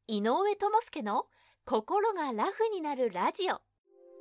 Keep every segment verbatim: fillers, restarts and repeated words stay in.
井上智介の心がラフになるラジオ。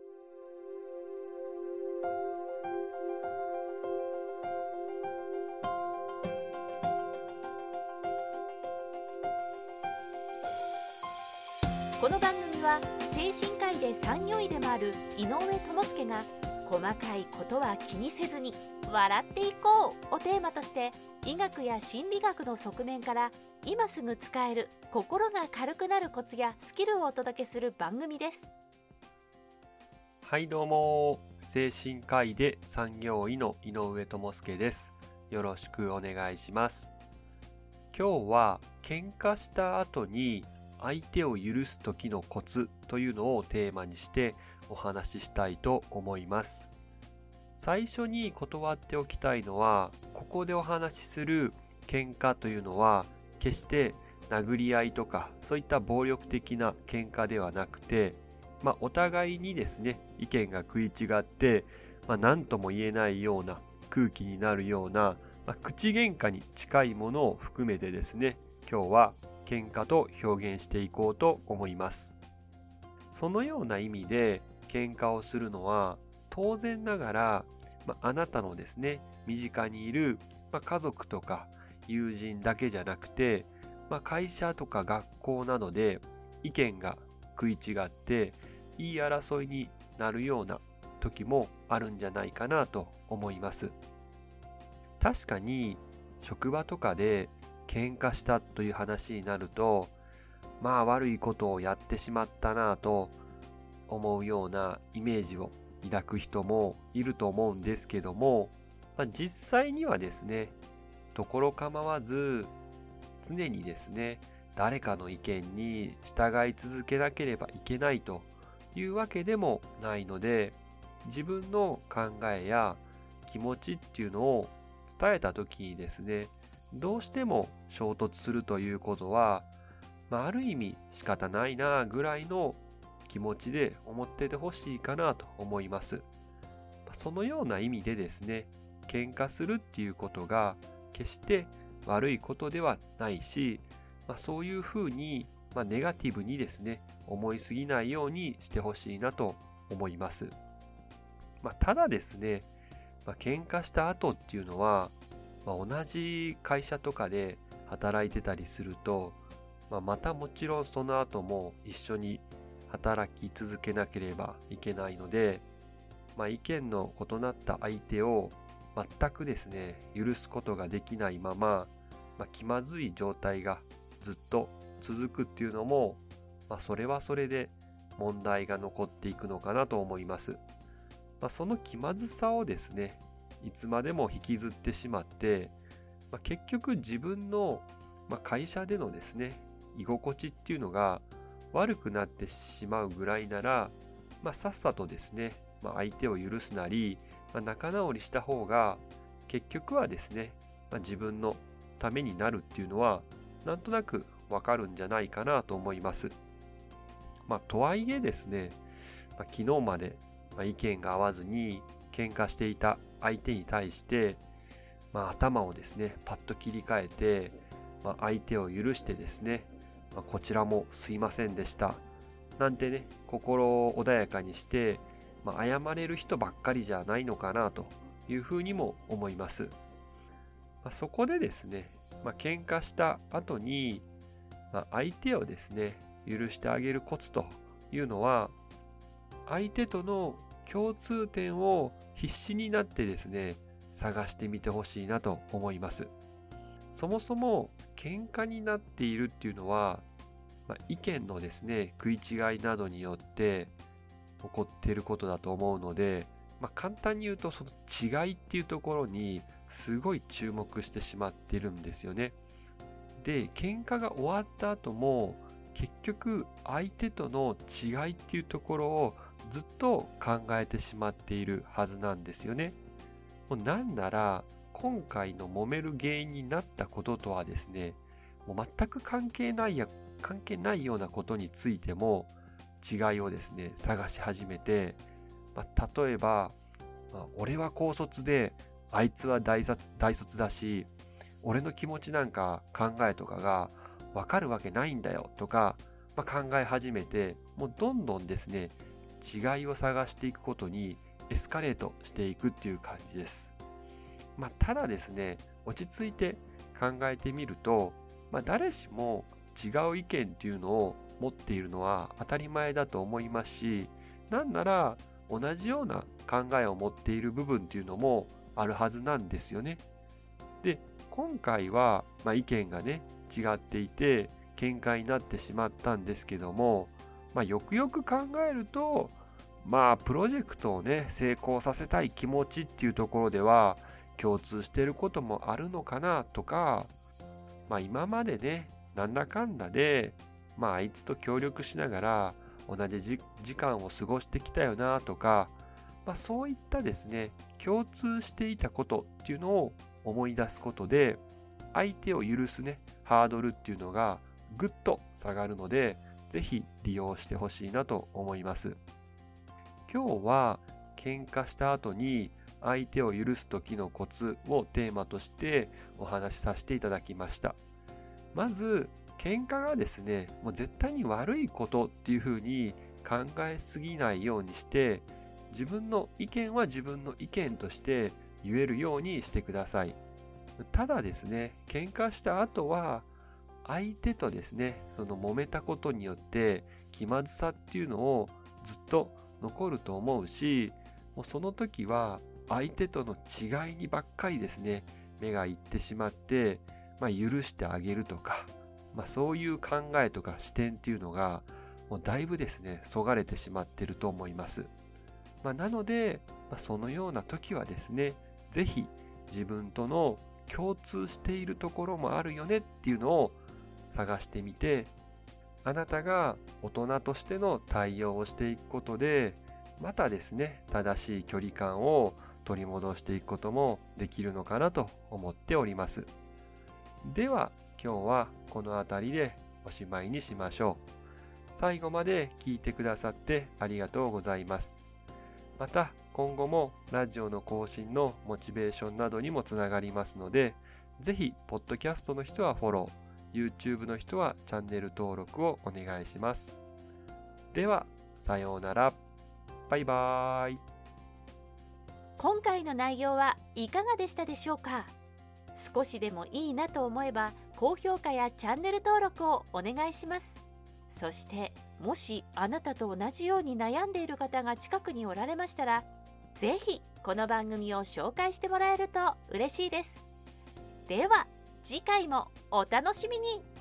この番組は精神科医で産業医でもある井上智介が細かいことは気にせずに笑っていこうをテーマとして、医学や心理学の側面から今すぐ使える心が軽くなるコツやスキルをお届けする番組です。 はい、どうも精神科医で産業医の井上智介です。よろしくお願いします。今日は喧嘩した後に相手を許す時のコツというのをテーマにしてお話ししたいと思います。最初に断っておきたいのは、ここでお話しする喧嘩というのは決して殴り合いとかそういった暴力的な喧嘩ではなくて、まあ、お互いにですね意見が食い違って、まあ、何とも言えないような空気になるような、まあ、口喧嘩に近いものを含めてですね、今日は喧嘩と表現していこうと思います。そのような意味で喧嘩をするのは当然ながら、まあ、あなたのですね身近にいる、まあ、家族とか友人だけじゃなくて、まあ、会社とか学校などで意見が食い違って言い争いになるような時もあるんじゃないかなと思います。確かに職場とかで喧嘩したという話になると、まあ悪いことをやってしまったなぁと思うようなイメージを抱く人もいると思うんですけども、まあ、実際にはですね、ところ構わず常にですね、誰かの意見に従い続けなければいけないというわけでもないので、自分の考えや気持ちっていうのを伝えた時にですね、どうしても衝突するということは、まあ、ある意味仕方ないなぐらいの気持ちで思っててほしいかなと思います。そのような意味でですね、喧嘩するっていうことが決して悪いことではないし、まあ、そういうふうに、まあ、ネガティブにですね思いすぎないようにしてほしいなと思います。まあ、ただですね、まあ、喧嘩した後っていうのは、まあ、同じ会社とかで働いてたりすると、まあ、またもちろんその後も一緒に働き続けなければいけないので、まあ、意見の異なった相手を全くですね許すことができないまま、まあ、気まずい状態がずっと続くっていうのも、まあ、それはそれで問題が残っていくのかなと思います。まあ、その気まずさをですねいつまでも引きずってしまって、まあ、結局自分の、まあ、会社でのですね居心地っていうのが悪くなってしまうぐらいなら、まあ、さっさとですね、まあ、相手を許すなり、まあ、仲直りした方が結局はですね、まあ、自分のためになるっていうのはなんとなくわかるんじゃないかなと思います。まあ、とはいえですね、まあ、昨日まで、まあ、意見が合わずに喧嘩していた相手に対して、まあ、頭をですねパッと切り替えて、まあ、相手を許してですね、まあ、こちらもすいませんでしたなんてね心を穏やかにして、まあ、謝れる人ばっかりじゃないのかなというふうにも思います。まあ、そこでですね、まあ、喧嘩した後に、まあ、相手をですね許してあげるコツというのは、相手との共通点を必死になってですね探してみてほしいなと思います。そもそも喧嘩になっているっていうのは、まあ、意見のですね食い違いなどによって起こっていることだと思うので、まあ、簡単に言うとその違いっていうところにすごい注目してしまってるんですよね。で、喧嘩が終わった後も結局相手との違いっていうところをずっと考えてしまっているはずなんですよね。もうなんなら今回の揉める原因になったこととはですね、もう全く関係ないや関係ないようなことについても違いをですね探し始めて、まあ、例えば、まあ、俺は高卒であいつは大卒、大卒だし、俺の気持ちなんか考えとかがわかるわけないんだよとか、 まあ、考え始めて、もうどんどんですね、違いを探していくことにエスカレートしていくっていう感じです。まあ、ただですね、落ち着いて考えてみると、まあ、誰しも違う意見っていうのを持っているのは当たり前だと思いますし、なんなら同じような考えを持っている部分っていうのもあるはずなんですよね。で、今回は、まあ、意見がね違っていて喧嘩になってしまったんですけども、まあ、よくよく考えると、まあプロジェクトをね成功させたい気持ちっていうところでは共通していることもあるのかなとか、まあ今までねなんだかんだで、まああいつと協力しながら同じじ時間を過ごしてきたよなとか、まあそういったですね共通していたことっていうのを思い出すことで、相手を許すねハードルっていうのがぐっと下がるので、ぜひ利用してほしいなと思います。今日は喧嘩した後に相手を許す時のコツをテーマとしてお話しさせていただきました。まず喧嘩がですねもう絶対に悪いことっていうふうに考えすぎないようにして、自分の意見は自分の意見として言えるようにしてください。ただですね、喧嘩した後は相手とですねその揉めたことによって気まずさっていうのをずっと残ると思うし、もうその時は相手との違いにばっかりですね目がいってしまって、まあ、許してあげるとか、まあ、そういう考えとか視点っていうのがもうだいぶですねそがれてしまっていると思います。まあ、なので、まあ、そのような時はですね、ぜひ自分との共通しているところもあるよねっていうのを探してみて、あなたが大人としての対応をしていくことで、またですね正しい距離感を取り戻していくこともできるのかなと思っております。では今日はこの辺りでおしまいにしましょう。最後まで聞いてくださってありがとうございます。また今後もラジオの更新のモチベーションなどにもつながりますので、ぜひポッドキャストの人はフォロー、YouTube の人はチャンネル登録をお願いします。ではさようなら。バイバーイ。 今回の内容はいかがでしたでしょうか。少しでもいいなと思えば高評価やチャンネル登録をお願いします。そしてもしあなたと同じように悩んでいる方が近くにおられましたら、ぜひこの番組を紹介してもらえると嬉しいです。では次回もお楽しみに。